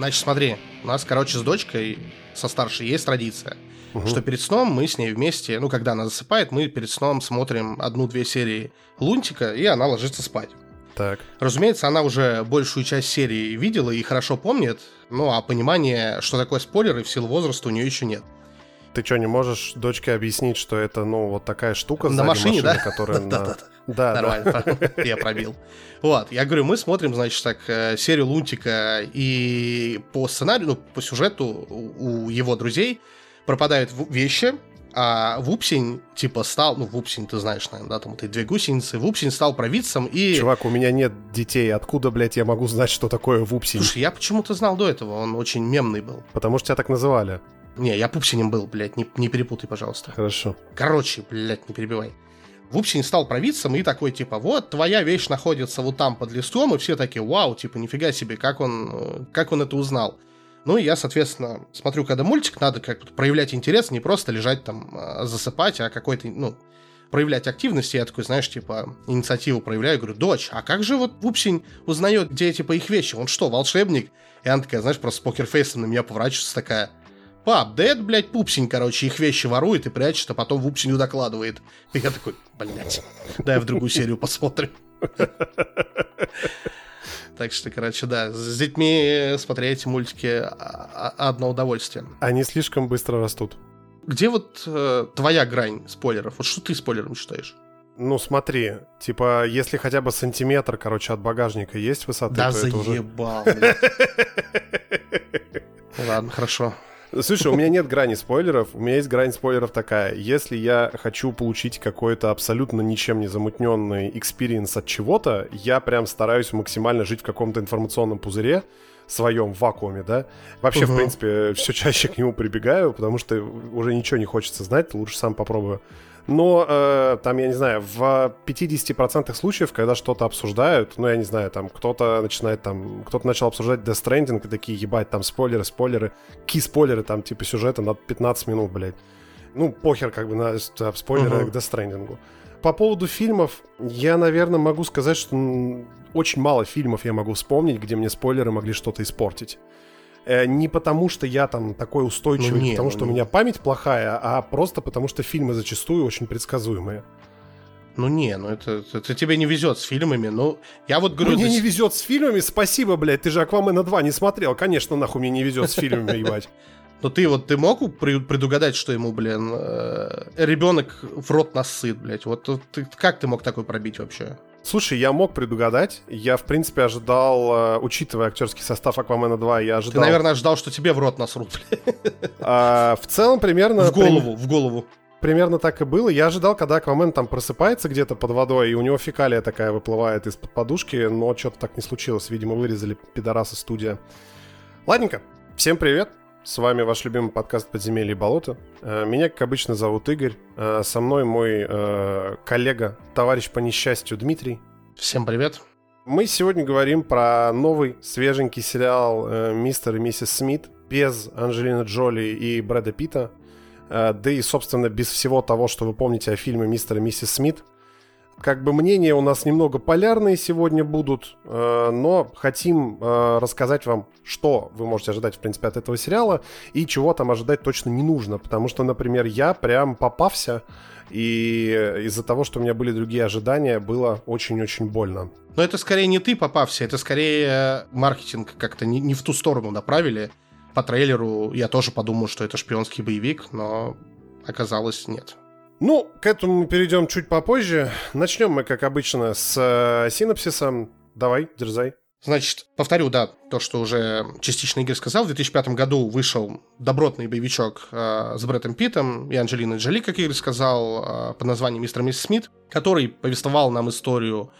Значит, смотри, у нас, короче, с дочкой, со старшей, есть традиция, что перед сном мы с ней вместе, ну, когда она засыпает, мы перед сном смотрим 1-2 серии Лунтика, и она ложится спать. Так. Разумеется, она уже большую часть серии видела и хорошо помнит, ну, а понимания, что такое спойлеры, в силу возраста у нее еще нет. Ты что, не можешь дочке объяснить, что это, ну, вот такая штука на машине, да? Которая Да, нормально, я пробил. Вот, я говорю, мы смотрим, значит, так, серию Лунтика, и по сценарию, ну, по сюжету у его друзей пропадают вещи, а Вупсень, типа, стал... Ну, Вупсень, ты знаешь, наверное, да, там вот эти 2 гусеницы. Вупсень стал провидцем и... Чувак, у меня нет детей. Откуда, блядь, я могу знать, что такое Вупсень? Слушай, я почему-то знал до этого, он очень мемный был. Потому что тебя так называли. Не, я Пупсенем был, блядь, не перепутай, пожалуйста. Хорошо. Короче, блядь, не перебивай. Вупсень стал провидцем и такой, типа, вот, твоя вещь находится вот там под листом, и все такие, вау, типа, нифига себе, как он это узнал. Ну, и я, соответственно, смотрю, когда мультик, надо как-то проявлять интерес, не просто лежать там, засыпать, а какой-то, ну, проявлять активность. Я такой, знаешь, типа, инициативу проявляю, говорю, дочь, а как же вот Вупсень узнает, где, типа, их вещи? Он что, волшебник? И она такая, знаешь, просто с покерфейсом на меня поворачивается, такая, пап, да это, блядь, Пупсень, короче, их вещи ворует и прячет, а потом Вупсеню докладывает. И я такой, блядь, дай в другую серию посмотрим. Так что, короче, да, с детьми смотреть мультики одно удовольствие. Они слишком быстро растут. Где вот твоя грань спойлеров? Вот что ты спойлером считаешь? Ну, смотри, типа, если хотя бы сантиметр, короче, от багажника есть высоты, да то заебал, это уже... Ладно, хорошо. Слушай, у меня нет грани спойлеров, у меня есть грань спойлеров такая. Если я хочу получить какой-то абсолютно ничем не замутненный экспириенс от чего-то, я прям стараюсь максимально жить в каком-то информационном пузыре, своем вакууме, да. Вообще, в принципе, все чаще к нему прибегаю, потому что уже ничего не хочется знать, лучше сам попробую. Но, там, я не знаю, в 50% случаев, когда что-то обсуждают, ну, я не знаю, там, кто-то начал обсуждать Death Stranding, и такие, ебать, там, спойлеры, какие спойлеры, там, типа, сюжета на 15 минут, блядь. Ну, похер, как бы, на спойлеры к Death Stranding. По поводу фильмов, я, наверное, могу сказать, что очень мало фильмов я могу вспомнить, где мне спойлеры могли что-то испортить. Не потому, что я там такой устойчивый, потому что у меня память плохая, а просто потому, что фильмы зачастую очень предсказуемые. Это тебе не везет с фильмами, я вот говорю... Мне не везет с фильмами? Спасибо, блядь, ты же «Аквамена 2» не смотрел, конечно, нахуй мне не везет с фильмами, ебать. Но ты мог предугадать, что ему, блин, ребенок в рот нассыт, блядь? Вот как ты мог такой пробить вообще? Слушай, я мог предугадать. Я, в принципе, ожидал, учитывая актерский состав «Аквамена 2», я ожидал... Ты, наверное, ожидал, что тебе в рот насрут, блядь. В целом, примерно... В голову. Примерно так и было. Я ожидал, когда Аквамен там просыпается где-то под водой, и у него фекалия такая выплывает из-под подушки, но что-то так не случилось. Видимо, вырезали пидорасы студия. Ладненько. Всем привет. С вами ваш любимый подкаст «Подземелье и болото». Меня, как обычно, зовут Игорь. Со мной мой коллега, товарищ по несчастью Дмитрий. Всем привет. Мы сегодня говорим про новый, свеженький сериал «Мистер и миссис Смит» без Анджелины Джоли и Брэда Питта. Да и, собственно, без всего того, что вы помните о фильме «Мистер и миссис Смит». Как бы мнения у нас немного полярные сегодня будут, но хотим рассказать вам, что вы можете ожидать, в принципе, от этого сериала и чего там ожидать точно не нужно. Потому что, например, я прям попався, и из-за того, что у меня были другие ожидания, было очень-очень больно. Но это скорее не ты попався, это скорее маркетинг как-то не в ту сторону направили. По трейлеру я тоже подумал, что это шпионский боевик, но оказалось нет. Ну, к этому мы перейдем чуть попозже. Начнем мы, как обычно, с синопсиса. Давай, дерзай. Значит, повторю, да, то, что уже частично Игорь сказал. В 2005 году вышел добротный боевичок с Брэдом Питтом и Анджелиной Джоли, как Игорь сказал, под названием «Мистер и миссис Смит», который повествовал нам историю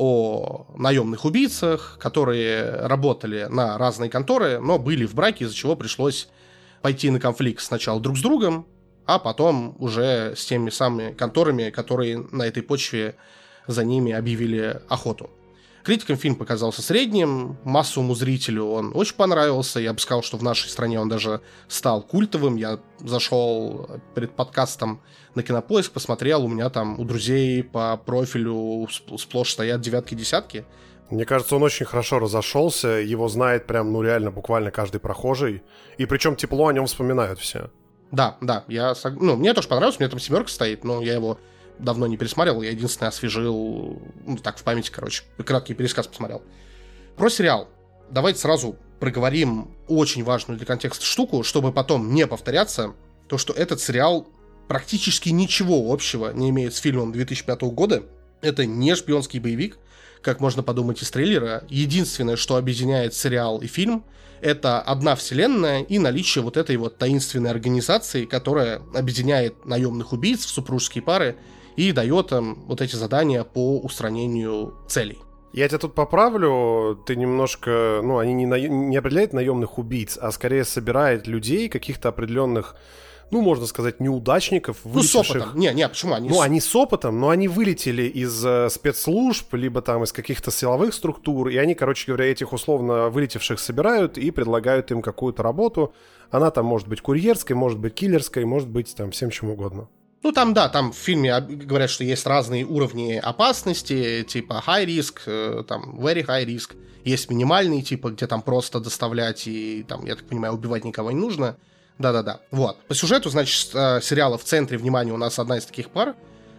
о наемных убийцах, которые работали на разные конторы, но были в браке, из-за чего пришлось пойти на конфликт сначала друг с другом, а потом уже с теми самыми конторами, которые на этой почве за ними объявили охоту. Критикам фильм показался средним, массовому зрителю он очень понравился. Я бы сказал, что в нашей стране он даже стал культовым. Я зашел перед подкастом на Кинопоиск, посмотрел, у меня там у друзей по профилю сплошь стоят девятки-десятки. Мне кажется, он очень хорошо разошелся, его знает прям, ну реально, буквально каждый прохожий, и причем тепло о нем вспоминают все. Да, мне тоже понравилось, у меня там 7 стоит, но я его давно не пересматривал, я единственное освежил, так, в памяти, краткий пересказ посмотрел. Про сериал. Давайте сразу проговорим очень важную для контекста штуку, чтобы потом не повторяться, то, что этот сериал практически ничего общего не имеет с фильмом 2005 года. Это не шпионский боевик, как можно подумать из трейлера. Единственное, что объединяет сериал и фильм, это одна вселенная и наличие вот этой вот таинственной организации, которая объединяет наемных убийц в супружеские пары и дает им вот эти задания по устранению целей. Я тебя тут поправлю, ты немножко, они не определяют наемных убийц, а скорее собирает людей, каких-то определенных, можно сказать, неудачников, вылетевших... с опытом. Почему? Они с опытом, но они вылетели из спецслужб, либо там из каких-то силовых структур, и они, короче говоря, этих условно вылетевших собирают и предлагают им какую-то работу. Она там может быть курьерской, может быть киллерской, может быть там всем чем угодно. Там в фильме говорят, что есть разные уровни опасности, типа high risk, там very high risk. Есть минимальный, типа, где там просто доставлять и, там, я так понимаю, убивать никого не нужно. Да-да-да. Вот. По сюжету, значит, сериала в центре внимания у нас одна из таких пар,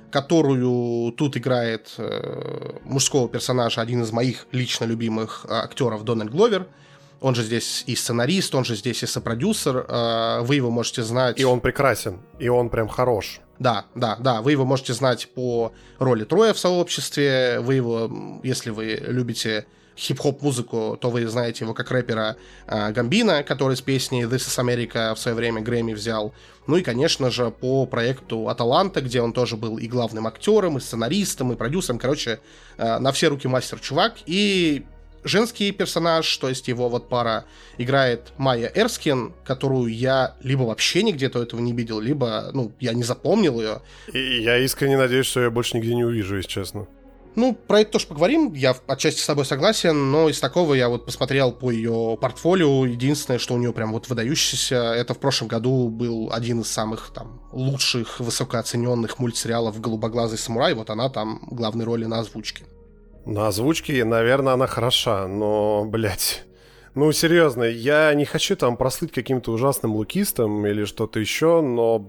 которую тут играет мужского персонажа, один из моих лично любимых актеров, Дональд Гловер. Он же здесь и сценарист, он же здесь и сопродюсер. Вы его можете знать... И он прекрасен, и он прям хорош. Да. Вы его можете знать по роли Троя в «Сообществе». Вы его, если вы любите хип-хоп музыку, то вы знаете его как рэпера Гамбино, который с песней This is America в свое время Грэмми взял. Ну и, конечно же, по проекту «Аталанта», где он тоже был и главным актером, и сценаристом, и продюсером. Короче, на все руки мастер чувак. И женский персонаж, то есть его вот пара, играет Майя Эрскин, которую я либо вообще нигде до этого не видел, либо, я не запомнил ее. И я искренне надеюсь, что я больше нигде не увижу, если честно. Про это тоже поговорим, я отчасти с тобой согласен, но из такого я вот посмотрел по ее портфолио, единственное, что у нее прям вот выдающееся, это в прошлом году был один из самых там лучших, высокооцененных мультсериалов «Голубоглазый самурай», вот она там главной роли на озвучке. На озвучке, наверное, она хороша, но, блядь... серьезно, я не хочу там прослыть каким-то ужасным лукистом или что-то еще, но,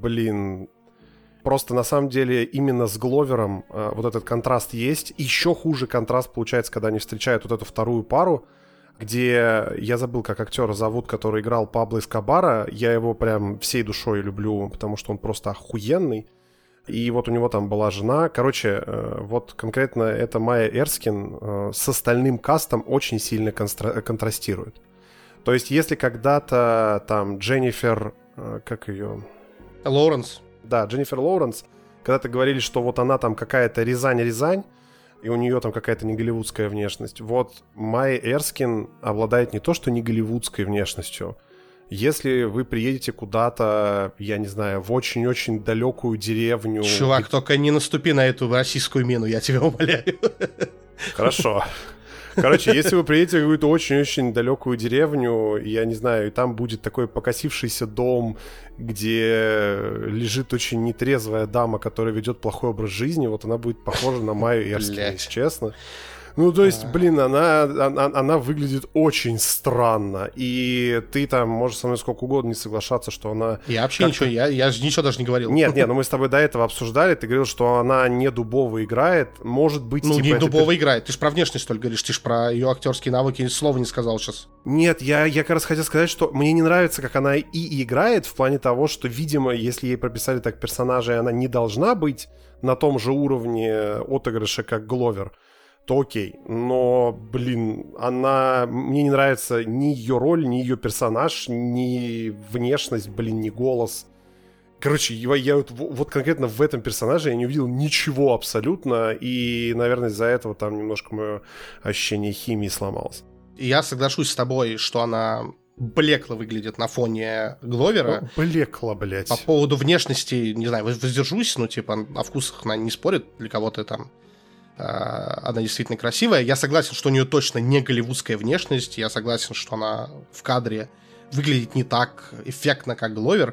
просто на самом деле именно с Гловером вот этот контраст есть. Еще хуже контраст получается, когда они встречают вот эту вторую пару, где, я забыл, как актера зовут, который играл Пабло Эскобара. Я его прям всей душой люблю, потому что он просто охуенный. И вот у него там была жена. Короче, вот конкретно эта Майя Эрскин с остальным кастом очень сильно контрастирует. То есть, если когда-то там Дженнифер... как ее? Лоуренс. Да, Дженнифер Лоуренс. Когда-то говорили, что вот она там какая-то Рязань, и у нее там какая-то не голливудская внешность. Вот Майя Эрскин обладает не то что не голливудской внешностью. Если вы приедете куда-то, я не знаю, в очень-очень далекую деревню... Чувак, только не наступи на эту российскую мину, я тебя умоляю. Хорошо. Короче, если вы приедете в какую-то очень-очень далекую деревню, я не знаю, и там будет такой покосившийся дом, где лежит очень нетрезвая дама, которая ведет плохой образ жизни, вот она будет похожа на Майю Эрскин, если честно. То есть, она выглядит очень странно, и ты там можешь со мной сколько угодно не соглашаться, что она... Я вообще ничего, я же ничего даже не говорил. Нет, мы с тобой до этого обсуждали, ты говорил, что она не дубово играет, может быть... не дубово играет, ты же про внешность только говоришь, ты же про ее актерские навыки ни слова не сказал сейчас. Нет, я как раз хотел сказать, что мне не нравится, как она и играет, в плане того, что, видимо, если ей прописали так персонажа, и она не должна быть на том же уровне отыгрыша, как Гловер, то окей. Но, мне не нравится ни ее роль, ни ее персонаж, ни внешность, ни голос. Короче, я вот конкретно в этом персонаже я не увидел ничего абсолютно, и, наверное, из-за этого там немножко мое ощущение химии сломалось. Я соглашусь с тобой, что она блекло выглядит на фоне Гловера. Блекло, блядь. По поводу внешности, не знаю, воздержусь, о вкусах она не спорит, для кого-то там она действительно красивая. Я согласен, что у нее точно не голливудская внешность. Я согласен, что она в кадре выглядит не так эффектно, как Гловер.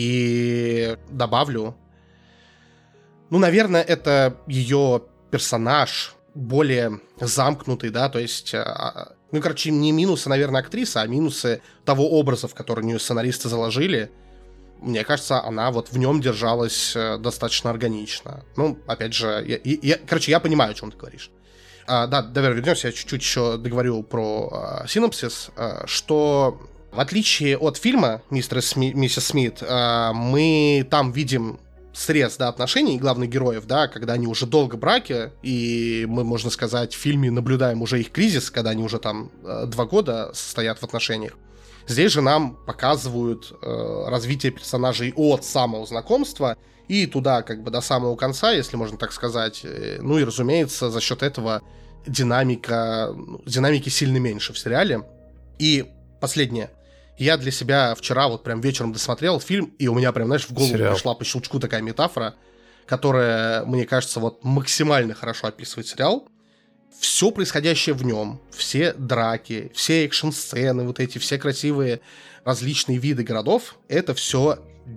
И добавлю, наверное, это ее персонаж более замкнутый, да, то есть, ну, короче, не минусы, наверное, актрисы, а минусы того образа, в который у нее сценаристы заложили. Мне кажется, она вот в нем держалась достаточно органично. Ну, опять же, я понимаю, о чем ты говоришь. Да, давай вернемся, я чуть-чуть еще договорю про синопсис, что в отличие от фильма «Миссис Смит», мы там видим срез, да, отношений главных героев, да, когда они уже долго в браке, и мы, можно сказать, в фильме наблюдаем уже их кризис, когда они уже там 2 года состоят в отношениях. Здесь же нам показывают развитие персонажей от самого знакомства и туда как бы до самого конца, если можно так сказать. Ну и, разумеется, за счет этого динамики сильно меньше в сериале. И последнее. Я для себя вчера вот прям вечером досмотрел фильм, и у меня прям, знаешь, в голову пришла по щелчку такая метафора, которая, мне кажется, вот максимально хорошо описывает сериал. Все происходящее в нем, все драки, все экшн-сцены, вот эти все красивые различные виды городов, это все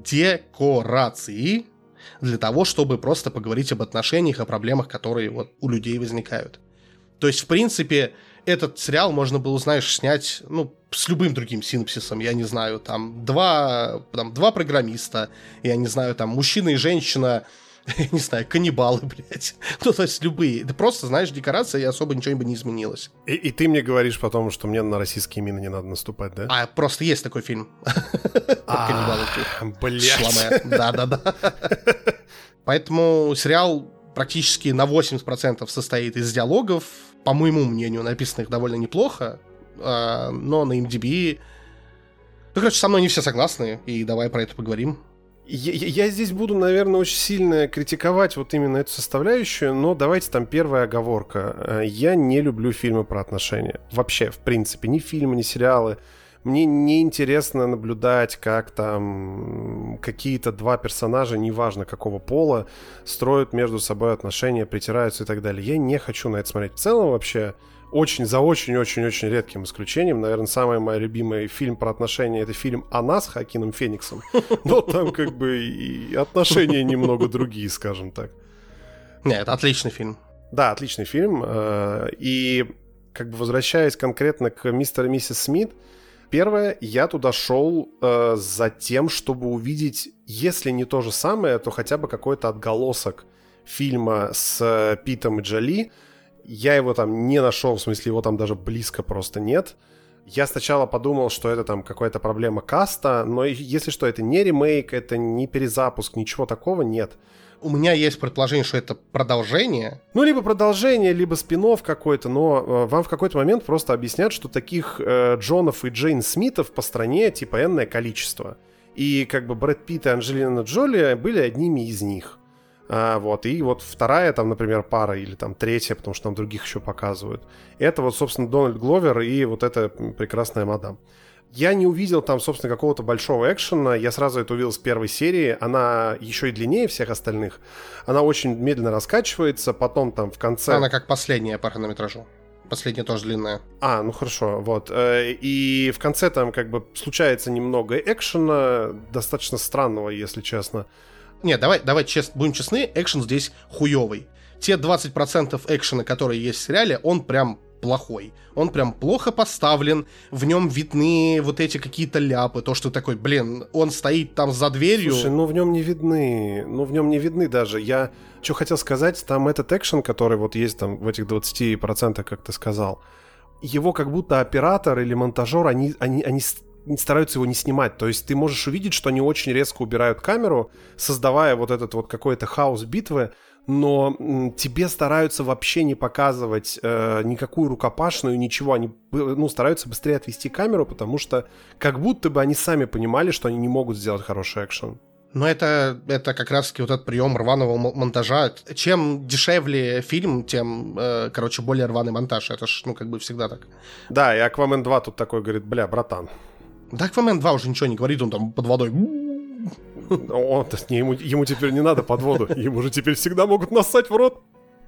декорации для того, чтобы просто поговорить об отношениях, о проблемах, которые вот у людей возникают. То есть, в принципе, этот сериал можно было, знаешь, снять, ну, с любым другим синопсисом, я не знаю, там, два программиста, я не знаю, там, мужчина и женщина, я не знаю, каннибалы, блядь. Ну, то есть любые. Ты просто, знаешь, декорация, и особо ничего бы не изменилось. И ты мне говоришь потом, что мне на российские мины не надо наступать, да? Просто есть такой фильм. Про каннибалов. Блядь. Да. Поэтому сериал практически на 80% состоит из диалогов, по моему мнению, написанных довольно неплохо, но на IMDb... Ну, короче, со мной не все согласны, и давай про это поговорим. Я здесь буду, наверное, очень сильно критиковать вот именно эту составляющую, но давайте там первая оговорка. Я не люблю фильмы про отношения. Вообще, в принципе, ни фильмы, ни сериалы. Мне не интересно наблюдать, как там какие-то 2 персонажа, неважно какого пола, строят между собой отношения, притираются и так далее. Я не хочу на это смотреть. В целом вообще... За очень-очень-очень редким исключением. Наверное, самый мой любимый фильм про отношения — это фильм «Она» с Хоакином Фениксом. Но там как бы и отношения немного другие, скажем так. Не, это отличный фильм. Да, отличный фильм. И как бы возвращаясь конкретно к «Мистер и миссис Смит», первое, я туда шел за тем, чтобы увидеть, если не то же самое, то хотя бы какой-то отголосок фильма с Питом и Джоли. Я его там не нашел, в смысле, его там даже близко просто нет. Я сначала подумал, что это там какая-то проблема каста, но если что, это не ремейк, это не перезапуск, ничего такого нет. У меня есть предположение, что это продолжение. Ну, либо продолжение, либо спин-офф какой-то, но вам в какой-то момент просто объяснят, что таких Джонов и Джейн Смитов по стране типа энное количество. И как бы Брэд Питт и Анджелина Джоли были одними из них. Вот, и вот вторая, там, например, пара, или там третья, потому что там других еще показывают. Это вот, собственно, Дональд Гловер и вот эта прекрасная мадам. Я не увидел там, собственно, какого-то большого экшена. Я сразу это увидел с первой серии. Она еще и длиннее всех остальных. Она очень медленно раскачивается. Потом там в конце... Она как последняя по хронометражу. Последняя тоже длинная. Ну хорошо, вот. И в конце там как бы случается немного экшена. Достаточно странного, если честно. Не, давай будем честны, экшен здесь хуёвый. Те 20% экшена, которые есть в сериале, он прям плохой. Он прям плохо поставлен, в нем видны вот эти какие-то ляпы, то, что такой, блин, он стоит там за дверью. Слушай, в нем не видны даже. Я что хотел сказать, там этот экшен, который вот есть там в этих 20%, как ты сказал, его как будто оператор или монтажер, они стараются его не снимать. То есть ты можешь увидеть, что они очень резко убирают камеру, создавая вот этот вот какой-то хаос битвы, но тебе стараются вообще не показывать никакую рукопашную, ничего. Они стараются быстрее отвести камеру, потому что как будто бы они сами понимали, что они не могут сделать хороший экшен. Но это как раз-таки вот этот прием рваного монтажа. Чем дешевле фильм, тем, более рваный монтаж. Это ж, как бы всегда так. Да, и Аквамен 2 тут такой говорит, бля, братан. Да, Аквамен 2 уже ничего не говорит, он там под водой. Ему теперь не надо под воду. Ему же теперь всегда могут нассать в рот.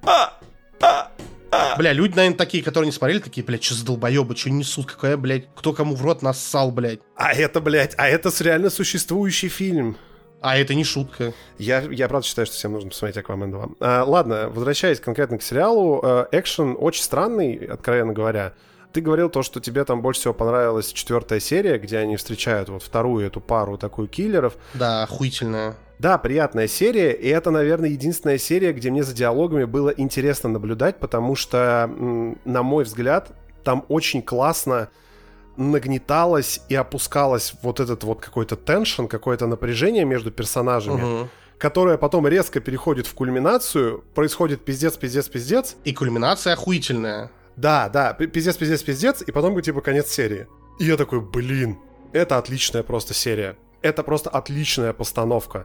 Бля, люди, наверное, такие, которые не смотрели, такие, блядь, что за долбоебы, что несут, какая, блядь, кто кому в рот нассал, блядь. А это реально существующий фильм. А это не шутка. Я правда считаю, что всем нужно посмотреть «Аквамен 2». Ладно, возвращаясь конкретно к сериалу, экшен очень странный, откровенно говоря. Ты говорил то, что тебе там больше всего понравилась 4-я серия, где они встречают вот вторую эту пару такую киллеров. Да, охуительная. Да, приятная серия, и это, наверное, единственная серия, где мне за диалогами было интересно наблюдать, потому что, на мой взгляд, там очень классно нагнеталось и опускалось вот этот вот какой-то теншн, какое-то напряжение между персонажами, которое потом резко переходит в кульминацию, происходит пиздец. И кульминация охуительная. Да, пиздец, и потом типа конец серии. И я такой, блин, это отличная просто серия. Это просто отличная постановка.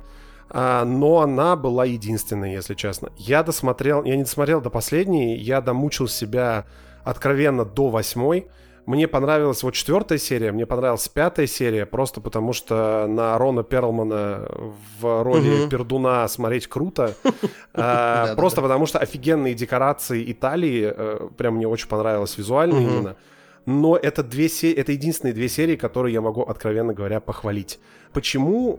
Но она была единственной, если честно. Я не досмотрел до последней, я домучил себя откровенно до 8-й. Мне понравилась вот 4-я серия, мне понравилась 5-я серия, просто потому что на Рона Перлмана в роли пердуна смотреть круто. Просто потому что офигенные декорации Италии, прям мне очень понравилось визуально именно. Но это единственные 2 серии, которые я могу, откровенно говоря, похвалить. Почему?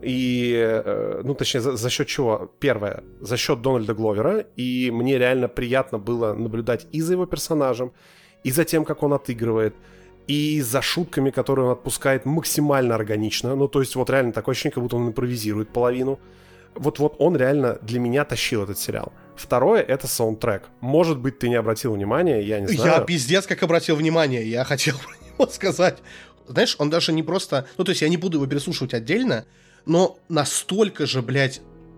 Точнее, за счет чего? Первое, за счет Дональда Гловера, и мне реально приятно было наблюдать и за его персонажем, и за тем, как он отыгрывает, и за шутками, которые он отпускает максимально органично. Ну, то есть, вот реально такое ощущение, как будто он импровизирует половину. Вот он реально для меня тащил этот сериал. Второе — это саундтрек. Может быть, ты не обратил внимания, я не знаю. Я пиздец как обратил внимание, я хотел про него сказать. Знаешь, он даже не просто... Ну, то есть я не буду его переслушивать отдельно, но настолько же, блядь,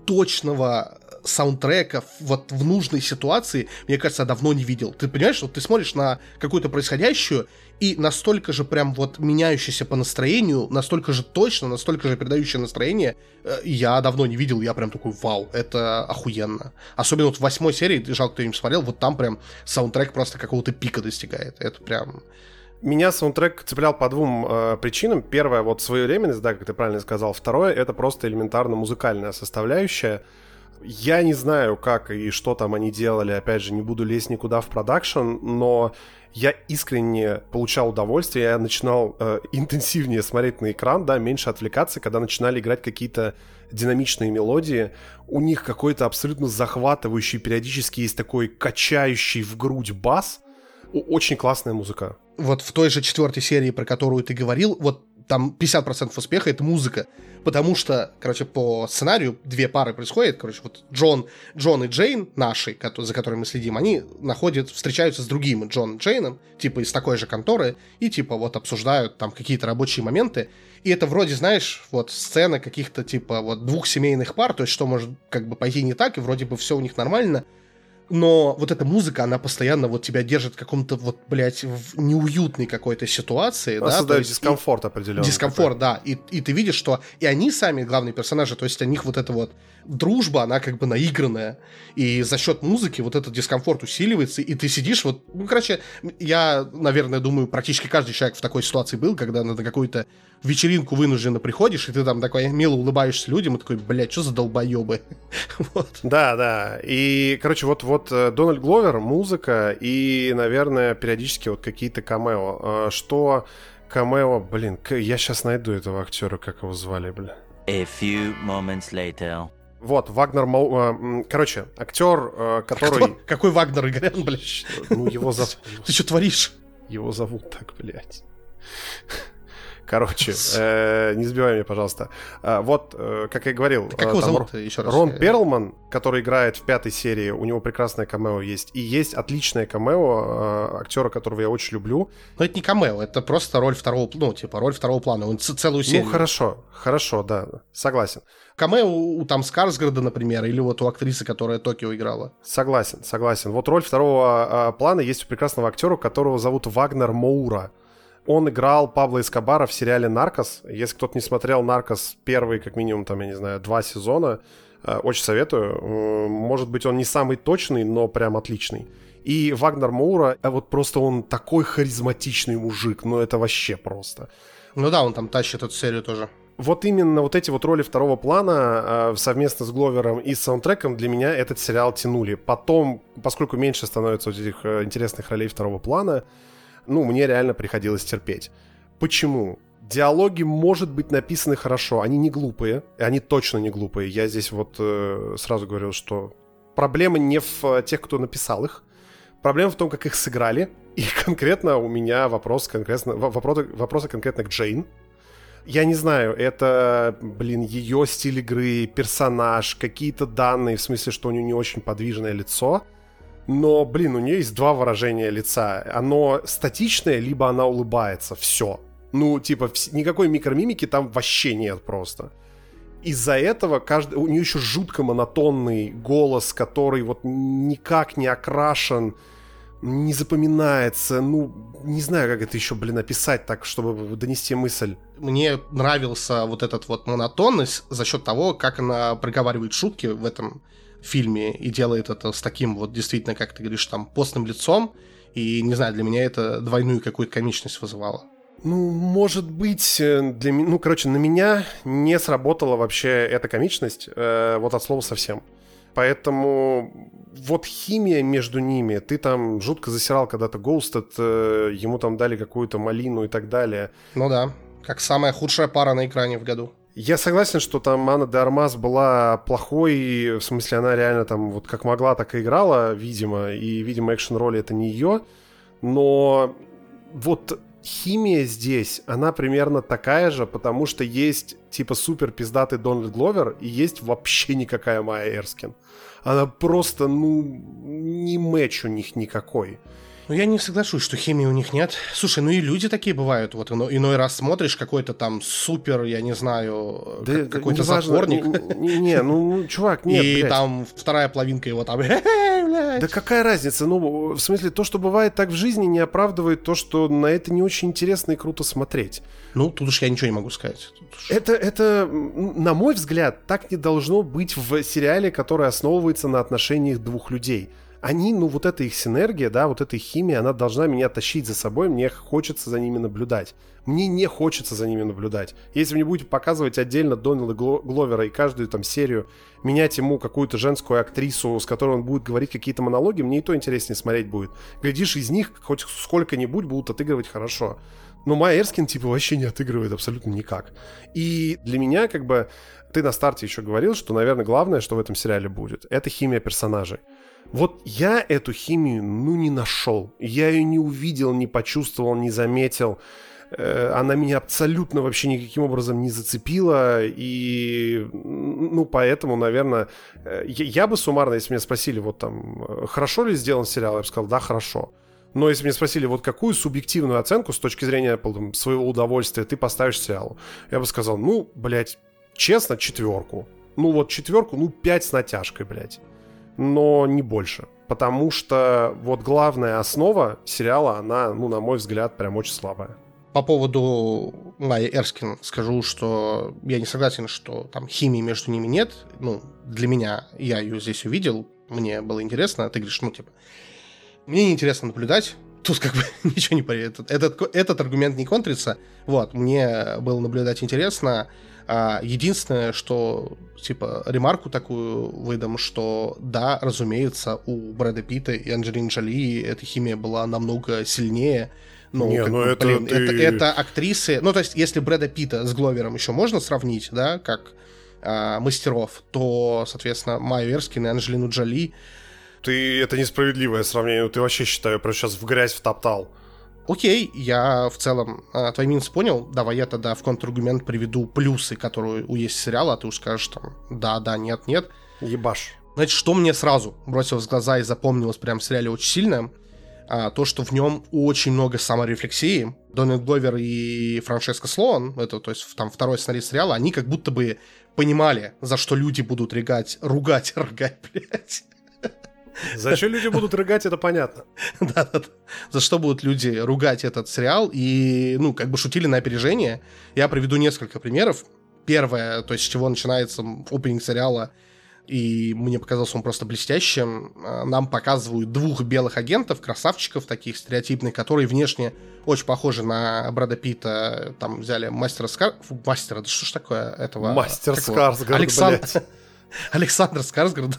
точного саундтрека вот в нужной ситуации, мне кажется, я давно не видел. Ты понимаешь, что ты смотришь на какую-то происходящую, и настолько же прям вот меняющийся по настроению, настолько же точно, настолько же передающее настроение, я давно не видел, я прям такой, вау, это охуенно. Особенно вот в 8-й серии, жалко, кто не посмотрел, вот там прям саундтрек просто какого-то пика достигает. Это прям... Меня саундтрек цеплял по 2 причинам. Первое, вот своевременность, да, как ты правильно сказал. Второе, это просто элементарно музыкальная составляющая. Я не знаю, как и что там они делали, опять же, не буду лезть никуда в продакшн, но я искренне получал удовольствие, я начинал интенсивнее смотреть на экран, да, меньше отвлекаться, когда начинали играть какие-то динамичные мелодии. У них какой-то абсолютно захватывающий, периодически есть такой качающий в грудь бас. Очень классная музыка. Вот в той же 4-й серии, про которую ты говорил, вот там 50% успеха — это музыка. Потому что, короче, по сценарию 2 пары происходят. Короче, вот Джон и Джейн, наши, за которыми мы следим, они встречаются с другим Джоном и Джейном, типа из такой же конторы, и типа вот обсуждают там какие-то рабочие моменты. И это вроде, знаешь, вот сцена каких-то типа вот 2 семейных пар, то есть что может как бы пойти не так, и вроде бы все у них нормально. Но вот эта музыка, она постоянно вот тебя держит в каком-то вот, блядь, в неуютной какой-то ситуации. Она создает дискомфорт определенный. Дискомфорт, да. И ты видишь, что и они сами главные персонажи, то есть у них вот эта вот дружба, она как бы наигранная. И за счет музыки вот этот дискомфорт усиливается, и ты сидишь вот... Ну, короче, я, наверное, думаю, практически каждый человек в такой ситуации был, когда на какую-то вечеринку вынужденно приходишь, и ты там такой мило улыбаешься людям, и такой, блядь, что за долбоебы? Вот. Да. И, короче, вот Дональд Гловер, музыка и, наверное, периодически вот какие-то камео. Что камео, блин, я сейчас найду этого актера, как его звали, блин. A few moments later. Вот, Вагнер... Короче, актер, который... Какой Вагнер Игорян, блядь? Ну, его зовут... Ты что творишь? Его зовут так, блядь. Короче, не сбивай меня, пожалуйста. Вот, как я говорил... Как его зовут еще раз? Рон Перлман, который играет в 5-й серии, у него прекрасное камео есть. И есть отличное камео актера, которого я очень люблю. Но это не камео, это просто роль второго... Ну, типа, роль второго плана. Он целую серию. Ну, хорошо, да, согласен. Камео у там Скарсгарда, например, или вот у актрисы, которая Токио играла. Согласен. Вот роль второго плана есть у прекрасного актера, которого зовут Вагнер Моура. Он играл Пабло Эскобара в сериале «Наркос». Если кто-то не смотрел «Наркос» первые, как минимум, там, я не знаю, 2 сезона, очень советую. Может быть, он не самый точный, но прям отличный. И Вагнер Моура, вот просто он такой харизматичный мужик, ну это вообще просто. Ну да, он там тащит эту серию тоже. Вот именно вот эти вот роли второго плана совместно с Гловером и с саундтреком для меня этот сериал тянули. Потом, поскольку меньше становится вот этих интересных ролей второго плана, ну, мне реально приходилось терпеть. Почему? Диалоги, может быть, написаны хорошо. Они не глупые. Они точно не глупые. Я здесь вот сразу говорил, что проблема не в тех, кто написал их. Проблема в том, как их сыграли. И конкретно у меня вопросы конкретно к Джейн. Я не знаю, это, ее стиль игры, персонаж, какие-то данные, в смысле, что у нее не очень подвижное лицо. Но, у нее есть два выражения лица. Оно статичное, либо она улыбается. Все. Никакой микромимики там вообще нет просто. Из-за этого у нее еще жутко монотонный голос, который вот никак не окрашен, не запоминается. Не знаю, как это еще, описать так, чтобы донести мысль. Мне нравился вот этот вот монотонность за счет того, как она проговаривает шутки в этом фильме и делает это с таким вот действительно, как ты говоришь, там, постным лицом. И, не знаю, для меня это двойную какую-то комичность вызывало. Может быть, на меня не сработала вообще эта комичность, вот от слова совсем. Поэтому вот химия между ними, ты там жутко засирал когда-то Гоустед, ему там дали какую-то малину и так далее. Ну да, как самая худшая пара на экране в году. Я согласен, что там Анна де Армас была плохой, в смысле она реально там вот как могла, так и играла, видимо, и, видимо, экшн-роли это не ее, но вот химия здесь, она примерно такая же, потому что есть типа супер пиздатый Дональд Гловер и есть вообще никакая Майя Эрскин. Она просто, не мэч у них никакой. Я не соглашусь, что химии у них нет. Слушай, и люди такие бывают. Вот иной раз смотришь какой-то там супер, я не знаю, какой-то затворник. Чувак, нет, и блядь. Там вторая половинка его там... Да какая разница? В смысле, то, что бывает так в жизни, не оправдывает то, что на это не очень интересно и круто смотреть. Тут уж я ничего не могу сказать. Это, на мой взгляд, так не должно быть в сериале, который основывается на отношениях двух людей. Они, вот эта их синергия, да, вот эта их химия, она должна меня тащить за собой, мне хочется за ними наблюдать. Мне не хочется за ними наблюдать. Если вы не будете показывать отдельно Дональда Гловера и каждую там серию менять ему какую-то женскую актрису, с которой он будет говорить какие-то монологи, мне и то интереснее смотреть будет. Глядишь, из них хоть сколько-нибудь будут отыгрывать хорошо. Но Майя Эрскин вообще не отыгрывает абсолютно никак. И для меня ты на старте еще говорил, что, наверное, главное, что в этом сериале будет, это химия персонажей. Вот я эту химию, не нашел. Я ее не увидел, не почувствовал, не заметил. Она меня абсолютно вообще никаким образом не зацепила. И, поэтому, наверное, я бы суммарно, если меня спросили, хорошо ли сделан сериал, я бы сказал, да, хорошо. Но если меня спросили, какую субъективную оценку с точки зрения своего удовольствия ты поставишь сериалу, я бы сказал, честно, 4. 4, 5 с натяжкой, блядь. Но не больше. Потому что главная основа сериала, она, на мой взгляд, прям очень слабая. По поводу Майи Эрскин скажу, что я не согласен, что там химии между ними нет. Для меня, я ее здесь увидел, мне было интересно. Ты говоришь, мне неинтересно наблюдать. Тут ничего не понятно. Этот аргумент не контрится. Мне было наблюдать интересно. Единственное, что, ремарку такую выдам, что, да, разумеется, у Брэда Питта и Анджелины Джоли эта химия была намного сильнее. Это актрисы... то есть, если Брэда Питта с Гловером еще можно сравнить, да, как мастеров, то, соответственно, Майю Эрскин и Анджелину Джоли... Это несправедливое сравнение. Ты вообще, считаю, просто сейчас в грязь втоптал. Окей, я в целом твой минус понял. Давай я тогда в контраргумент приведу плюсы, которые у есть сериала, а ты уж скажешь там да, нет. Ебаш. Значит, что мне сразу бросилось в глаза и запомнилось прям в сериале очень сильно, то, что в нем очень много саморефлексии. Дональд Гловер и Франческа Слоан, это, то есть там второй сценарист сериала, они как будто бы понимали, за что люди будут ругать, блядь. За что люди будут рыгать, это понятно. Да. За что будут люди ругать этот сериал и, шутили на опережение. Я приведу несколько примеров. Первое, то есть с чего начинается опенинг сериала, и мне показалось он просто блестящим. Нам показывают 2 белых агентов, красавчиков таких стереотипных, которые внешне очень похожи на Брэда Питта. Там взяли мастера, да что ж такое этого? Мастер Скарсгард, блядь. Александр Скарсгард,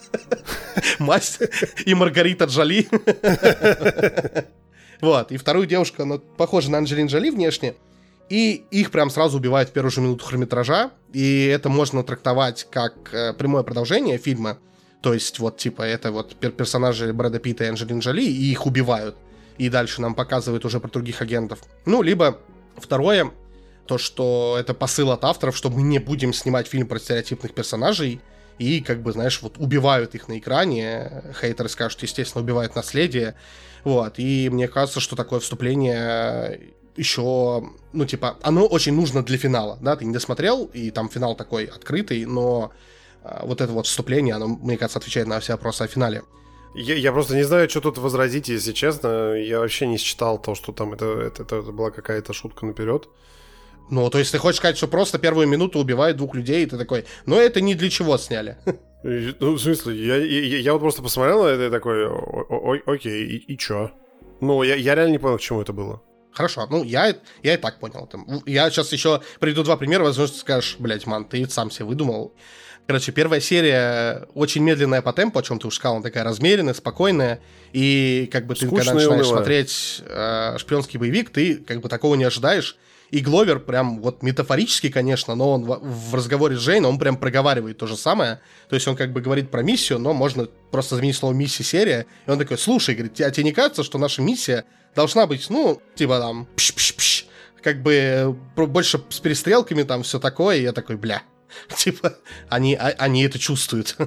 мастер и Маргарита Джоли. И вторую девушку, она похожа на Анджелину Джоли внешне. и их прям сразу убивают в первую же минуту хронометража, и это можно трактовать как прямое продолжение фильма, то есть вот типа это вот персонажи Брэда Питта и Анджелины Джоли, и их убивают, и дальше нам показывают уже про других агентов. Ну, либо второе, то, что это посыл от авторов, что мы не будем снимать фильм про стереотипных персонажей, и, как бы, знаешь, вот убивают их на экране, хейтеры скажут, естественно, убивают наследие, вот, и мне кажется, что такое вступление еще, ну, типа, оно очень нужно для финала, да, ты не досмотрел, и там финал такой открытый, но вот это вот вступление, оно, мне кажется, отвечает на все вопросы о финале. Я просто не знаю, что тут возразить, если честно. Я вообще не считал то, что там это была какая-то шутка наперед. Ну, то есть ты хочешь сказать, что просто первую минуту убивают двух людей, и ты такой, ну это ни для чего сняли. Ну, в смысле, я вот просто посмотрел на это и такой, окей, и чё? Ну, я реально не понял, к чему это было. Хорошо, ну я и так понял. Я сейчас еще приведу два примера, возможно, ты скажешь, блядь, ман, ты сам себе выдумал. Короче, первая серия очень медленная по темпу, о чем ты уж сказал, она такая размеренная, спокойная, и как бы ты, когда начинаешь смотреть шпионский боевик, ты как бы такого не ожидаешь. И Гловер прям вот метафорически, конечно, но он в разговоре с Джейн, он прям проговаривает то же самое. То есть он как бы говорит про миссию, но можно просто заменить слово «миссия», «серия». И он такой, слушай, говорит, а тебе не кажется, что наша миссия должна быть, ну, типа там, пш-пш-пш, как бы больше с перестрелками там все такое. И я такой, бля. Типа, они это чувствуют.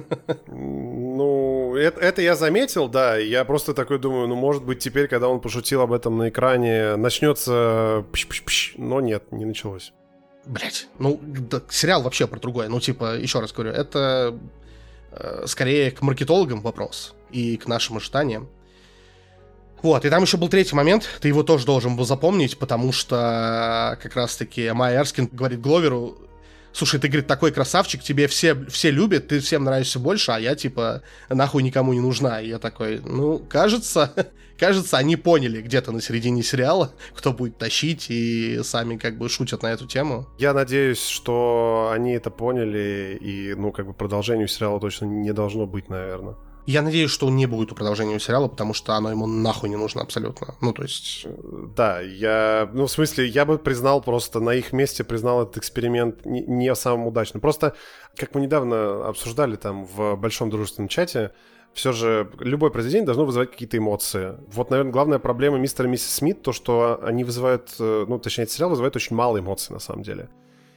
Ну, это я заметил, да. Я просто такой думаю, ну, может быть, теперь, когда он пошутил об этом на экране, начнется пш-пш-пш, но нет, не началось. Блять, ну, да, сериал вообще про другое. Ну, типа, еще раз говорю, это скорее к маркетологам вопрос и к нашим ожиданиям. Вот, и там еще был третий момент, ты его тоже должен был запомнить, потому что как раз-таки Майя Эрскин говорит Гловеру, слушай, ты, говорит, такой красавчик, тебе все любят, ты всем нравишься больше, а я, типа, нахуй никому не нужна. И я такой, ну, кажется, они поняли где-то на середине сериала, кто будет тащить, и сами, как бы, шутят на эту тему. Я надеюсь, что они это поняли, и, ну, как бы, продолжению сериала точно не должно быть, наверное. Я надеюсь, что не будет у продолжения сериала, потому что оно ему нахуй не нужно абсолютно. Ну, то есть... Да, ну, в смысле, я бы признал просто, на их месте признал этот эксперимент не самым удачным. Просто, как мы недавно обсуждали там в большом дружественном чате, все же любое произведение должно вызывать какие-то эмоции. Вот, наверное, главная проблема мистера и миссис Смит, то, что они вызывают, ну, точнее, этот сериал вызывает очень мало эмоций, на самом деле.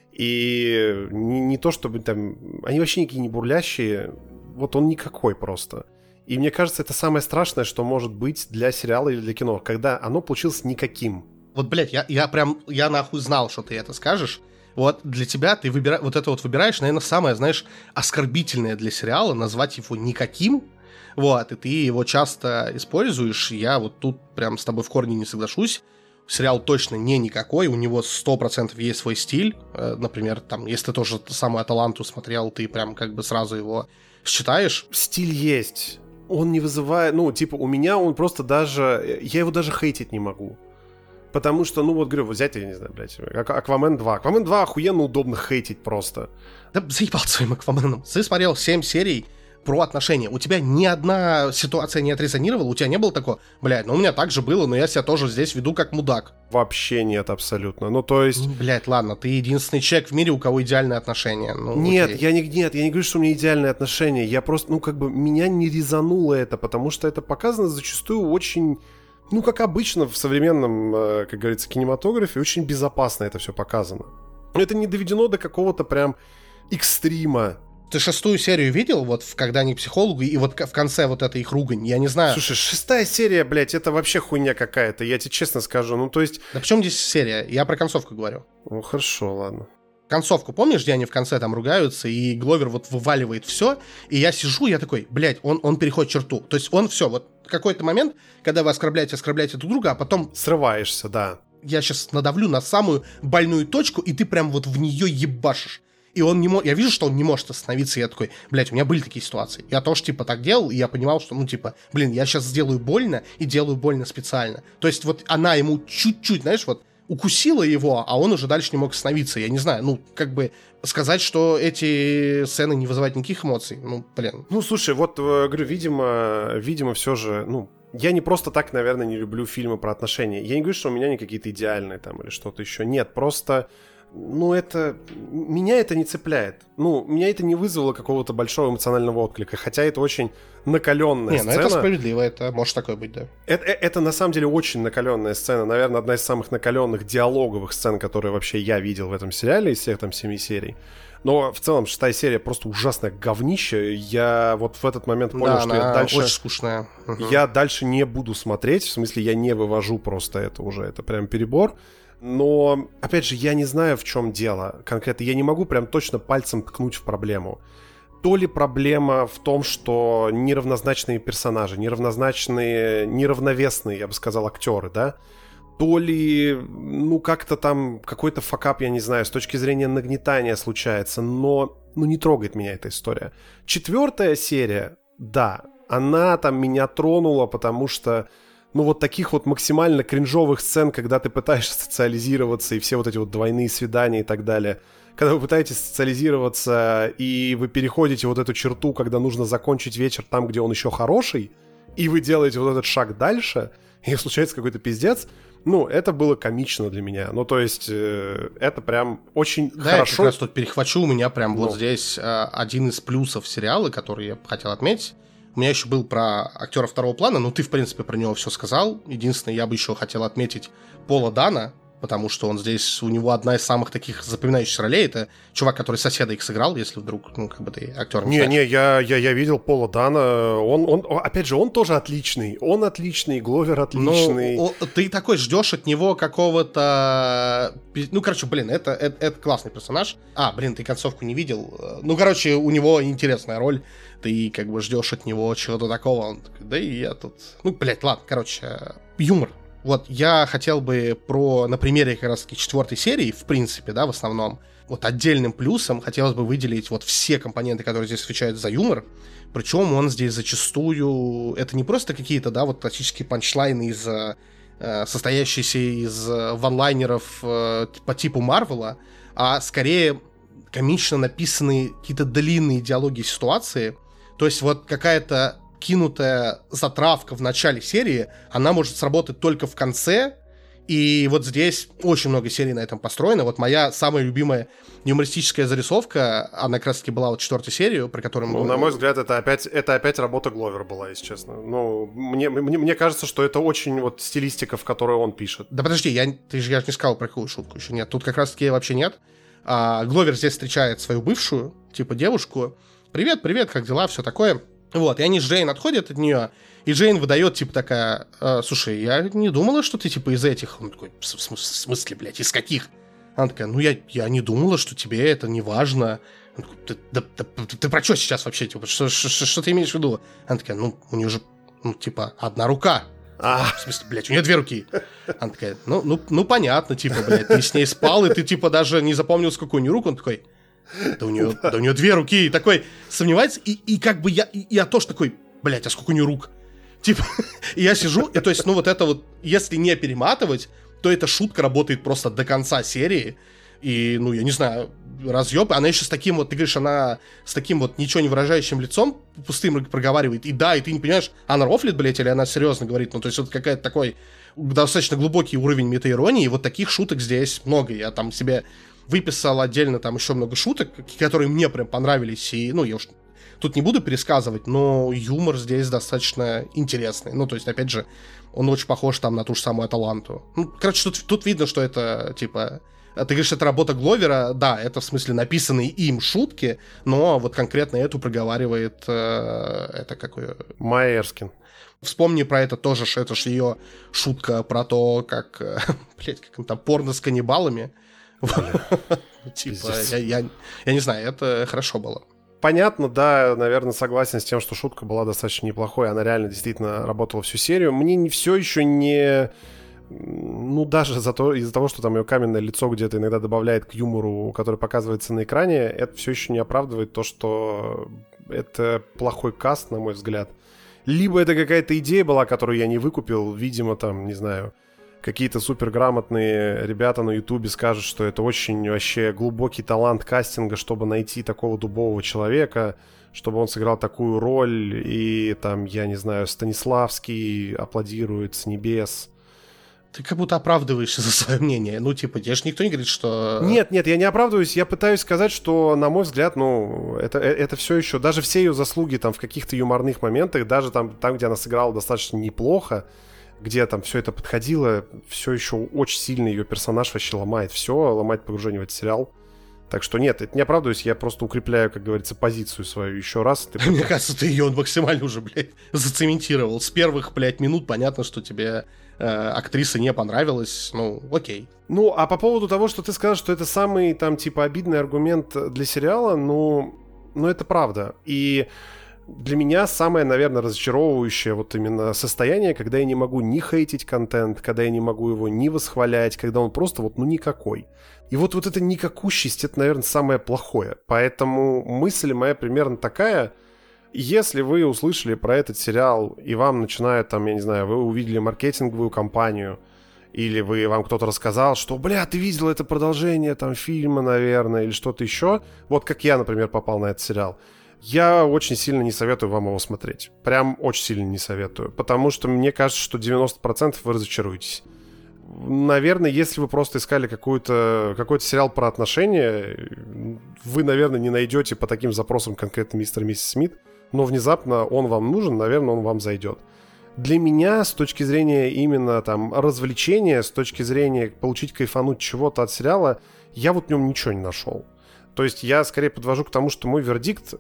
И не то, чтобы там... Они вообще никакие не бурлящие, вот он никакой просто. И мне кажется, это самое страшное, что может быть для сериала или для кино, когда оно получилось никаким. Вот, блядь, я нахуй знал, что ты это скажешь. Вот для тебя ты выбираешь, наверное, самое, знаешь, оскорбительное для сериала, назвать его никаким. Вот, и ты его часто используешь. Я вот тут прям с тобой в корне не соглашусь. Сериал точно не никакой, у него 100% есть свой стиль. Например, там, если ты тоже самую Аталанту смотрел, ты прям как бы сразу его считаешь. Стиль есть. Он не вызывает... Ну, типа, у меня он просто даже... Я его даже хейтить не могу. Потому что, ну, вот, говорю, взять, я не знаю, блядь, Аквамен 2. Аквамен 2 охуенно удобно хейтить просто. Да заебал своим Акваменом. Ты смотрел 7 серий про отношения. У тебя ни одна ситуация не отрезонировала? У тебя не было такого, блядь, ну у меня так же было, но я себя тоже здесь веду как мудак? Вообще нет, абсолютно. Ну, то есть... Блядь, ладно, ты единственный человек в мире, у кого идеальные отношения. Ну, нет, я не говорю, что у меня идеальные отношения. Я просто, ну, как бы, меня не резануло это, потому что это показано зачастую очень... Ну, как обычно в современном, как говорится, кинематографе, очень безопасно это все показано. Это не доведено до какого-то прям экстрима. Ты 6-ю серию видел, вот, когда они к психологу, и вот в конце вот эта их ругань, я не знаю. Слушай, 6-я серия, блядь, это вообще хуйня какая-то, я тебе честно скажу, ну, то есть... Да в чем здесь серия? Я про концовку говорю. Ну, хорошо, ладно. Концовку, помнишь, где они в конце там ругаются, и Гловер вот вываливает все, и я сижу, я такой, блядь, он переходит черту. То есть он все, вот какой-то момент, когда вы оскорбляете друг друга, а потом... Срываешься, да. Я сейчас надавлю на самую больную точку, и ты прям вот в нее ебашишь. И он не может... Я вижу, что он не может остановиться, и я такой, блядь, у меня были такие ситуации. Я тоже, типа, так делал, и я понимал, что, ну, типа, блин, я сейчас сделаю больно, и делаю больно специально. То есть вот она ему чуть-чуть, знаешь, вот, укусила его, а он уже дальше не мог остановиться. Я не знаю, ну, как бы сказать, что эти сцены не вызывают никаких эмоций, ну, блин. Ну, слушай, вот, говорю, видимо, все же, ну, Я не просто так, наверное, не люблю фильмы про отношения. Я не говорю, что у меня они какие-то идеальные там или что-то еще. Нет, просто... Меня это не цепляет. Меня это не вызвало какого-то большого эмоционального отклика. Хотя это очень накаленная сцена. Это справедливо, это может такое быть, да. Это на самом деле очень накаленная сцена. Наверное, одна из самых накаленных диалоговых сцен, которые вообще я видел в этом сериале из всех там 7 серий. Но в целом 6-я серия просто ужасное говнище. Я вот в этот момент понял, что я дальше... очень скучная. Я дальше не буду смотреть. В смысле, я не вывожу просто это уже. Это прям перебор. Но, опять же, я не знаю, в чем дело конкретно. Я не могу прям точно пальцем ткнуть в проблему. То ли проблема в том, что неравнозначные персонажи, неравновесные, я бы сказал, актеры, да? То ли, как-то там какой-то факап, я не знаю, с точки зрения нагнетания случается, но, не трогает меня эта история. 4-я серия, да, она там меня тронула, потому что... вот таких вот максимально кринжовых сцен, когда ты пытаешься социализироваться, и все вот эти вот двойные свидания и так далее. Когда вы пытаетесь социализироваться, и вы переходите вот эту черту, когда нужно закончить вечер там, где он еще хороший, и вы делаете вот этот шаг дальше, и случается какой-то пиздец, это было комично для меня. То есть, это прям очень хорошо. Я как раз тут перехвачу, у меня прям вот здесь один из плюсов сериала, который я хотел отметить. У меня еще был про актера второго плана, ты, в принципе, про него все сказал. Единственное, я бы еще хотел отметить Пола Дана, потому что он здесь, у него одна из самых таких запоминающихся ролей. Это чувак, который соседа их сыграл, если вдруг, ты актер не знаешь. Я видел Пола Дана. Он, опять же, он тоже отличный. Он отличный, Гловер отличный. Ты такой ждешь от него какого-то... это классный персонаж. Ты концовку не видел. У него интересная роль. Ты как бы ждешь от него чего-то такого. Он такой, да и я тут... ладно, юмор. Я хотел бы на примере как раз-таки 4-й серии, в принципе, да, в основном, отдельным плюсом хотелось бы выделить все компоненты, которые здесь отвечают за юмор. Причем он здесь зачастую... Это не просто какие-то, да, классические панчлайны состоящиеся из ванлайнеров по типу Марвела, а скорее комично написанные какие-то длинные диалоги ситуации. То есть какая-то кинутая затравка в начале серии, она может сработать только в конце, и здесь очень много серий на этом построено. Моя самая любимая юмористическая зарисовка, она как раз-таки была 4-й серии, про которую мы... на мой взгляд, это опять работа Гловера была, если честно. Мне кажется, что это очень стилистика, в которой он пишет. Да подожди, я же не сказал про какую шутку еще нет. Тут как раз-таки вообще нет. Гловер здесь встречает свою бывшую, девушку. Привет, как дела, все такое. И они с Джейн отходят от нее, и Джейн выдает, такая, слушай, я не думала, что ты, из этих. Он такой, в смысле, блядь, из каких? Она такая, я не думала, что тебе это не важно. Он такой, ты про что сейчас вообще, что ты имеешь в виду? Она такая, у нее же, одна рука. В смысле, блядь, у нее 2 руки. Она такая, понятно, блядь, ты с ней спал, и ты, даже не запомнил, сколько у нее рук. Он такой... Да у нее 2 руки, и такой сомневается, и как бы я тоже такой, блять, а сколько у нее рук? И я сижу, и то есть, если не перематывать, то эта шутка работает просто до конца серии, и, я не знаю, разъеб, она еще с таким ты говоришь, она с таким ничего не выражающим лицом пустым проговаривает, и ты не понимаешь, она рофлит, блять, или она серьезно говорит, то есть, какая-то такой достаточно глубокий уровень метаиронии, и таких шуток здесь много, я там себе... выписал отдельно там еще много шуток, которые мне прям понравились, и, я уж тут не буду пересказывать, но юмор здесь достаточно интересный. То есть, опять же, он очень похож там на ту же самую Аталанту. Тут видно, что это, ты говоришь, это работа Гловера, да, это в смысле написанные им шутки, но конкретно эту проговаривает, это какой... Майя Эрскин. Вспомни про это тоже, что это же ее шутка про то, как, как там порно с каннибалами. Я не знаю, это хорошо было. Понятно, да, наверное, согласен с тем, что шутка была достаточно неплохой, она реально действительно работала всю серию. Мне все еще не... даже из-за того, что там ее каменное лицо где-то иногда добавляет к юмору, который показывается на экране, это все еще не оправдывает то, что это плохой каст, на мой взгляд. Либо это какая-то идея была, которую я не выкупил, видимо, там, не знаю... какие-то суперграмотные ребята на Ютубе скажут, что это очень вообще глубокий талант кастинга, чтобы найти такого дубового человека, чтобы он сыграл такую роль, и там, я не знаю, Станиславский аплодирует с небес. Ты как будто оправдываешься за свое мнение. Ну, типа, тебе же никто не говорит, что... Нет, я не оправдываюсь, я пытаюсь сказать, что, на мой взгляд, ну, это все еще, даже все ее заслуги там в каких-то юморных моментах, даже там, где она сыграла достаточно неплохо, где там все это подходило, все еще очень сильно ее персонаж вообще ломает все, ломает погружение в этот сериал. Так что нет, это не оправдываюсь, я просто укрепляю, как говорится, позицию свою еще раз. Мне кажется, ты ее максимально уже, блядь, зацементировал. С первых, блядь, минут понятно, что тебе актриса не понравилась, ну, окей. Ну, а по поводу того, что ты сказал, что это самый, там, типа, обидный аргумент для сериала, ну это правда. И для меня самое, наверное, разочаровывающее вот именно состояние, когда я не могу ни хейтить контент, когда я не могу его ни восхвалять, когда он просто вот, ну, никакой. И вот эта никакущесть, это, наверное, самое плохое. Поэтому мысль моя примерно такая: если вы услышали про этот сериал, и вам начинают там, я не знаю, вы увидели маркетинговую кампанию, или вам кто-то рассказал, что, бля, ты видел это продолжение там фильма, наверное, или что-то еще, вот как я, например, попал на этот сериал, я очень сильно не советую вам его смотреть. Прям очень сильно не советую. Потому что мне кажется, что 90% вы разочаруетесь. Наверное, если вы просто искали какой-то сериал про отношения, вы, наверное, не найдете по таким запросам конкретно «Мистер и миссис Смит», но внезапно он вам нужен, наверное, он вам зайдет. Для меня, с точки зрения именно там развлечения, с точки зрения получить кайфануть чего-то от сериала, я вот в нем ничего не нашел. То есть я скорее подвожу к тому, что мой вердикт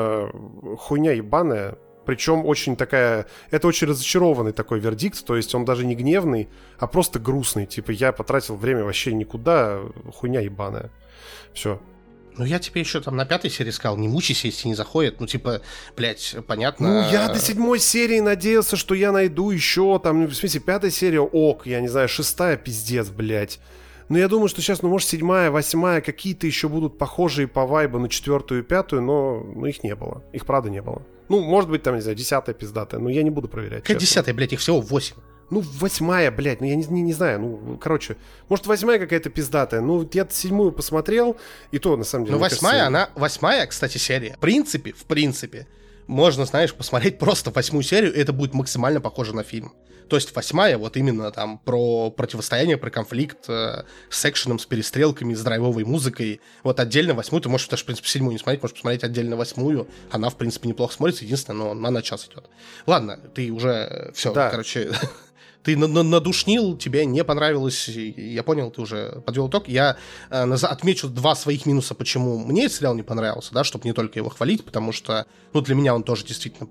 хуйня ебаная, причем очень такая... Это очень разочарованный такой вердикт, то есть он даже не гневный, а просто грустный. Типа я потратил время вообще никуда, хуйня ебаная. Все. Ну, я тебе еще там на 5-й серии сказал, не мучайся, если не заходит. Ну, типа, блядь, понятно. Ну, я до 7-й серии надеялся, что я найду еще там, в смысле, 5-я серия ок, я не знаю, 6-я пиздец, блядь. Но я думаю, что сейчас, ну, может, 7-я, 8-я, какие-то еще будут похожие по вайбу на 4-ю и 5-ю, но их не было. Их, правда, не было. Ну, может быть, там, не знаю, 10-я пиздатая, но я не буду проверять. Какая 10-я, блядь, их всего 8. Ну, 8-я, блядь, ну я не знаю, ну, короче, может, 8-я какая-то пиздатая, ну, я 7-ю посмотрел, и то, на самом деле... Ну, 8-я, кстати, серия, в принципе, можно, знаешь, посмотреть просто 8-ю серию, и это будет максимально похоже на фильм. То есть 8-я вот именно там про противостояние, про конфликт с экшеном, с перестрелками, с драйвовой музыкой. Вот отдельно 8-ю, ты можешь даже, в принципе, 7-ю не смотреть, можешь посмотреть отдельно 8-ю. Она, в принципе, неплохо смотрится, единственное, но она час идет. Ладно, ты уже все, да. Короче... Ты надушнил, тебе не понравилось, я понял, ты уже подвел итог. Я отмечу 2 своих минуса, почему мне этот сериал не понравился, да, чтобы не только его хвалить, потому что, ну, для меня он тоже действительно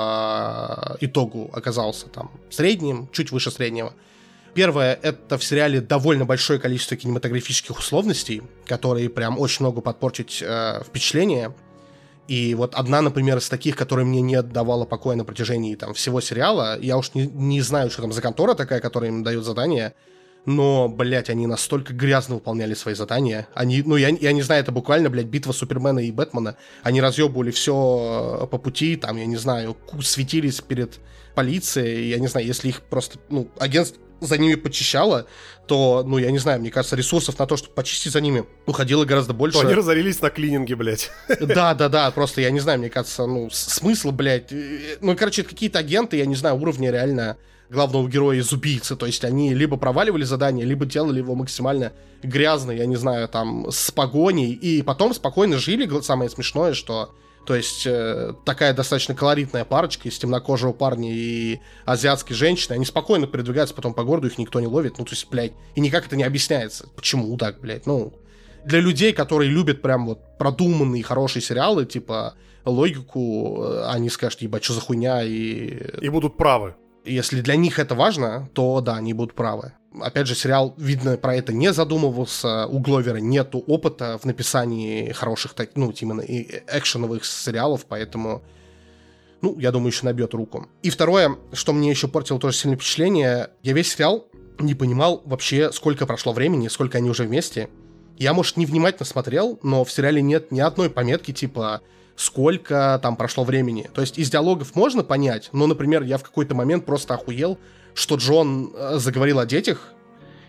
по итогу оказался там средним, чуть выше среднего. Первое, это в сериале довольно большое количество кинематографических условностей, которые прям очень много подпортить впечатление. И вот одна, например, из таких, которая мне не давала покоя на протяжении там всего сериала, я уж не знаю, что там за контора такая, которая им дает задания, но, блядь, они настолько грязно выполняли свои задания. Они, ну, я не знаю, это буквально, блядь, битва Супермена и Бэтмена. Они разъебывали все по пути, там, я не знаю, светились перед полицией, я не знаю, если их просто, ну, агентство за ними почищало, то, ну, я не знаю, мне кажется, ресурсов на то, чтобы почистить за ними, уходило гораздо больше. То они разорились на клининге, блядь. Да, просто, я не знаю, мне кажется, ну, смысл, блядь, ну, короче, это какие-то агенты, я не знаю, уровня реально главного героя из «Убийцы», то есть они либо проваливали задание, либо делали его максимально грязно, я не знаю, там, с погоней, и потом спокойно жили, самое смешное, что... То есть такая достаточно колоритная парочка из темнокожего парня и азиатской женщины, они спокойно передвигаются потом по городу, их никто не ловит, ну, то есть, блядь, и никак это не объясняется. Почему так, блядь, ну... Для людей, которые любят прям вот продуманные хорошие сериалы, типа логику, они скажут, ебать, что за хуйня, и будут правы. Если для них это важно, то да, они будут правы. Опять же, сериал, видно, про это не задумывался. У Гловера нету опыта в написании хороших, ну, именно экшеновых сериалов, поэтому, ну, я думаю, еще набьет руку. И второе, что мне еще портило тоже сильное впечатление, я весь сериал не понимал вообще, сколько прошло времени, сколько они уже вместе. Я, может, невнимательно смотрел, но в сериале нет ни одной пометки, типа... сколько там прошло времени. То есть из диалогов можно понять, но, например, я в какой-то момент просто охуел, что Джон заговорил о детях,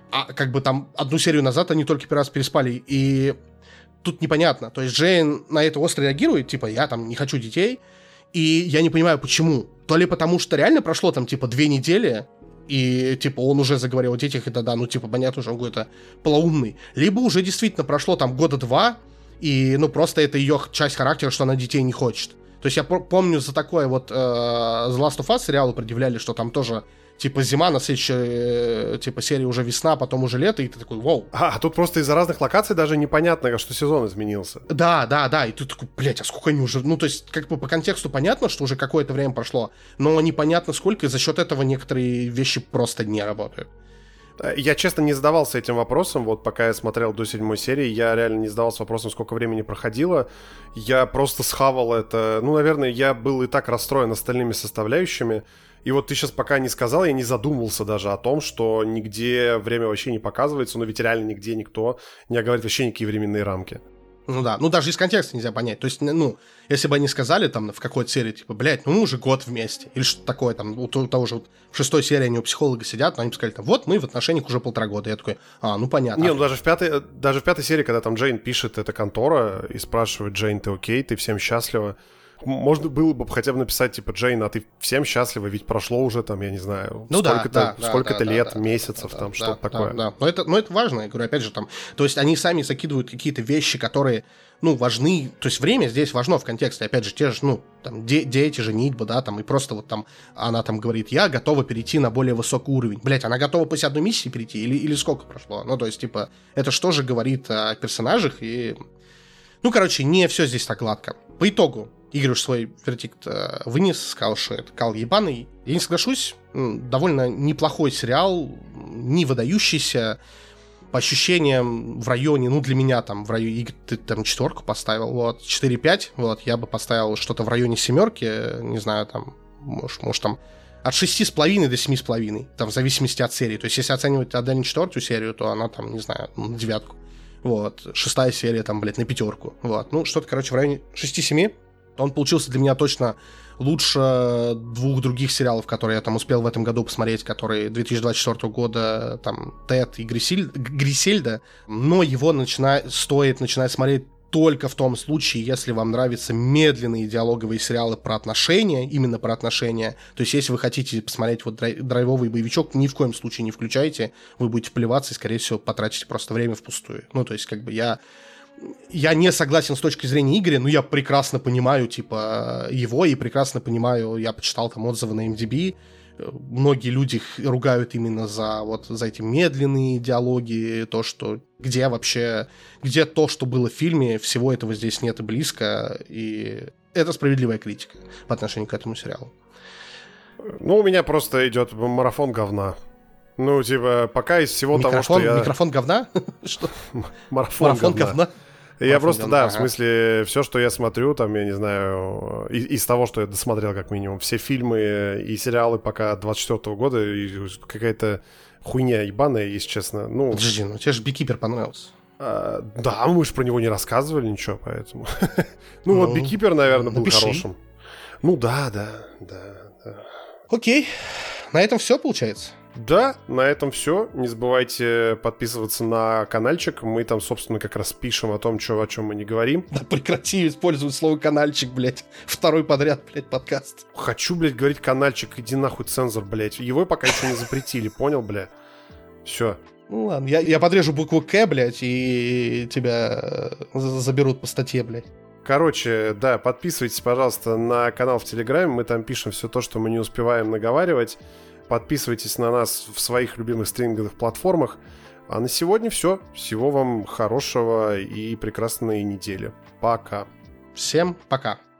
А как бы там одну серию назад они только первый раз переспали, и тут непонятно. То есть Джейн на это остро реагирует, типа, я там не хочу детей, и я не понимаю, почему. То ли потому, что реально прошло там, типа, 2 недели, и, типа, он уже заговорил о детях, и тогда, ну, типа, понятно, что он какой-то полоумный. Либо уже действительно прошло там 2 года, и, ну, просто это ее часть характера, что она детей не хочет. То есть я помню за такое вот The Last of Us сериалу предъявляли, что там тоже, типа, зима, на следующей, типа, серии уже весна, потом уже лето, и ты такой, вау. А тут просто из-за разных локаций даже непонятно, что сезон изменился. Да, и ты такой, блядь, а сколько они уже... Ну, то есть, как бы по контексту понятно, что уже какое-то время прошло, но непонятно сколько, и за счет этого некоторые вещи просто не работают. Я, честно, не задавался этим вопросом, вот пока я смотрел до 7 серии, я реально не задавался вопросом, сколько времени проходило, я просто схавал это, ну, наверное, я был и так расстроен остальными составляющими, и вот ты сейчас пока не сказал, я не задумывался даже о том, что нигде время вообще не показывается, но ведь реально нигде никто не говорит вообще никакие временные рамки. Ну да, ну даже из контекста нельзя понять. То есть, ну, если бы они сказали там в какой-то серии, типа, блядь, ну мы уже год вместе, или что-то такое, там, у того же вот, в 6 серии они у психолога сидят, но они бы сказали, там, вот мы в отношениях уже 1,5 года. Я такой, ну понятно. Не, ну даже в пятой серии, когда там Джейн пишет, это контора, и спрашивает, Джейн, ты окей, ты всем счастлива? Можно было бы хотя бы написать, типа, Джейн, а ты всем счастлива, ведь прошло уже, там, я не знаю, ну сколько-то лет, месяцев, там, что-то такое. Да. Но это важно, я говорю, опять же, там, то есть они сами закидывают какие-то вещи, которые, ну, важны, то есть время здесь важно в контексте, опять же, те же, ну, там, дети, женитьба, да, там, и просто вот там, она там говорит, я готова перейти на более высокий уровень. Блять, она готова после одной миссии перейти, или сколько прошло? Ну, то есть, типа, это что же говорит о персонажах, и, ну, короче, не все здесь так гладко. По итогу, Игорь уж свой вердикт вынес, сказал, что это кал ебаный. Я не соглашусь, довольно неплохой сериал, не выдающийся, по ощущениям в районе, ну для меня там в районе, Игорь, ты там 4 поставил, вот, 4-5, вот, я бы поставил что-то в районе 7, не знаю, там, может там от 6,5 до 7,5, там, в зависимости от серии. То есть, если оценивать отдельно 4 серию, то она там, не знаю, на 9. Вот, 6 серия там, блядь, на 5. Вот, ну, что-то, короче, в районе 6-7. Он получился для меня точно лучше 2 других сериалов, которые я там успел в этом году посмотреть, которые 2024 года, там, Тед и Грисельда, но его стоит начинать смотреть только в том случае, если вам нравятся медленные диалоговые сериалы про отношения, именно про отношения. То есть, если вы хотите посмотреть вот драйвовый боевичок, ни в коем случае не включайте, вы будете плеваться и, скорее всего, потратите просто время впустую. Ну, то есть, как бы я не согласен с точки зрения Игоря, но я прекрасно понимаю, типа, его, и прекрасно понимаю, я почитал там отзывы на MDB, многие люди ругают именно за эти медленные диалоги, то, что где то, что было в фильме, всего этого здесь нет и близко, и это справедливая критика по отношению к этому сериалу. Ну, у меня просто идет марафон говна. Ну, типа, пока из всего того, что я... Микрофон говна? Что? Марафон говна. Я просто, говна, в смысле, все, что я смотрю, там, я не знаю, из того, что я досмотрел, как минимум, все фильмы и сериалы пока 24 года, и какая-то хуйня ебаная, если честно. Ну, подожди, ну тебе же Бикипер понравился. Да, мы же про него не рассказывали ничего, поэтому... Ну, вот Бикипер, наверное, был хорошим. Ну, да. Окей, на этом все, получается? Да, на этом все. Не забывайте подписываться на каналчик. Мы там, собственно, как раз пишем о том, о чем мы не говорим. Да прекрати использовать слово каналчик, блядь. 2 подряд, блядь, подкаст. Хочу, блядь, говорить каналчик. Иди нахуй, цензор, блядь. Его пока еще не запретили, понял, блядь? Все. Ну ладно, я подрежу букву К, блядь, и тебя заберут по статье, блядь. Короче, да, подписывайтесь, пожалуйста, на канал в Телеграме. Мы там пишем все то, что мы не успеваем наговаривать. Подписывайтесь на нас в своих любимых стриминговых платформах. А на сегодня все. Всего вам хорошего и прекрасной недели. Пока. Всем пока.